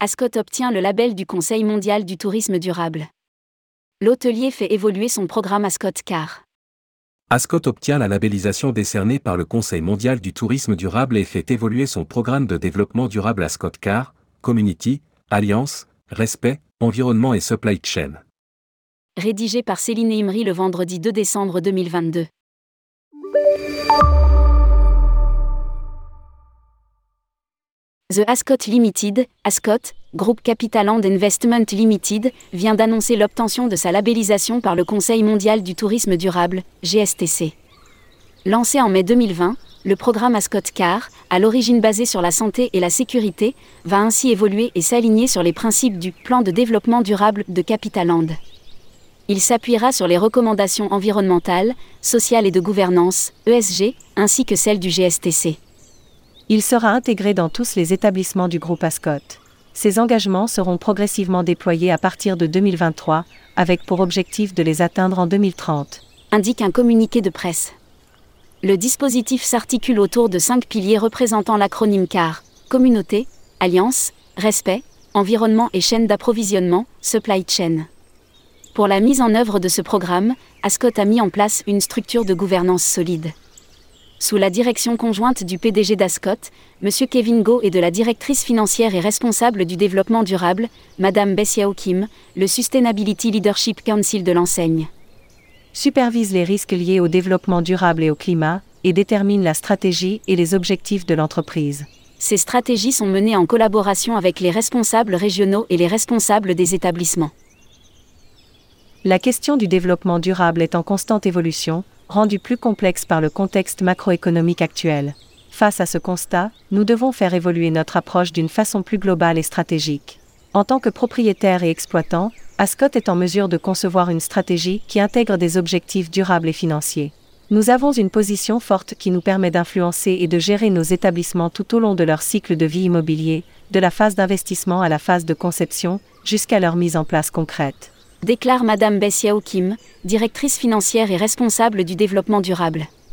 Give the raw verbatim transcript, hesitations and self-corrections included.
Ascot obtient le label du Conseil mondial du tourisme durable. L'hôtelier fait évoluer son programme Ascot Car. Ascot obtient la labellisation décernée par le Conseil mondial du tourisme durable et fait évoluer son programme de développement durable Ascot Car, Community, Alliance, Respect, Environnement et Supply Chain. Rédigé par Céline Imri le vendredi deux décembre deux mille vingt-deux. The Ascot Limited, Ascot, Group Capital and Investment Limited, vient d'annoncer l'obtention de sa labellisation par le Conseil mondial du tourisme durable, G S T C. Lancé en mai deux mille vingt, le programme Ascot Car, à l'origine basé sur la santé et la sécurité, va ainsi évoluer et s'aligner sur les principes du Plan de développement durable de Capitaland. Il s'appuiera sur les recommandations environnementales, sociales et de gouvernance, E S G, ainsi que celles du G S T C. Il sera intégré dans tous les établissements du groupe Ascot. Ces engagements seront progressivement déployés à partir de deux mille vingt-trois, avec pour objectif de les atteindre en deux mille trente. Indique un communiqué de presse. Le dispositif s'articule autour de cinq piliers représentant l'acronyme Car, communauté, alliance, respect, environnement et chaîne d'approvisionnement, supply chain. Pour la mise en œuvre de ce programme, Ascot a mis en place une structure de gouvernance solide. Sous la direction conjointe du P D G d'Ascot, M. Kevin Goh, et de la directrice financière et responsable du développement durable, Mme Bessiao Kim, le Sustainability Leadership Council de l'enseigne Supervise les risques liés au développement durable et au climat, et détermine la stratégie et les objectifs de l'entreprise. Ces stratégies sont menées en collaboration avec les responsables régionaux et les responsables des établissements. La question du développement durable est en constante évolution, rendue plus complexe par le contexte macroéconomique actuel. Face à ce constat, nous devons faire évoluer notre approche d'une façon plus globale et stratégique. En tant que propriétaire et exploitant, Ascot est en mesure de concevoir une stratégie qui intègre des objectifs durables et financiers. Nous avons une position forte qui nous permet d'influencer et de gérer nos établissements tout au long de leur cycle de vie immobilier, de la phase d'investissement à la phase de conception, jusqu'à leur mise en place concrète. Déclare Mme Bessiao Kim, directrice financière et responsable du développement durable.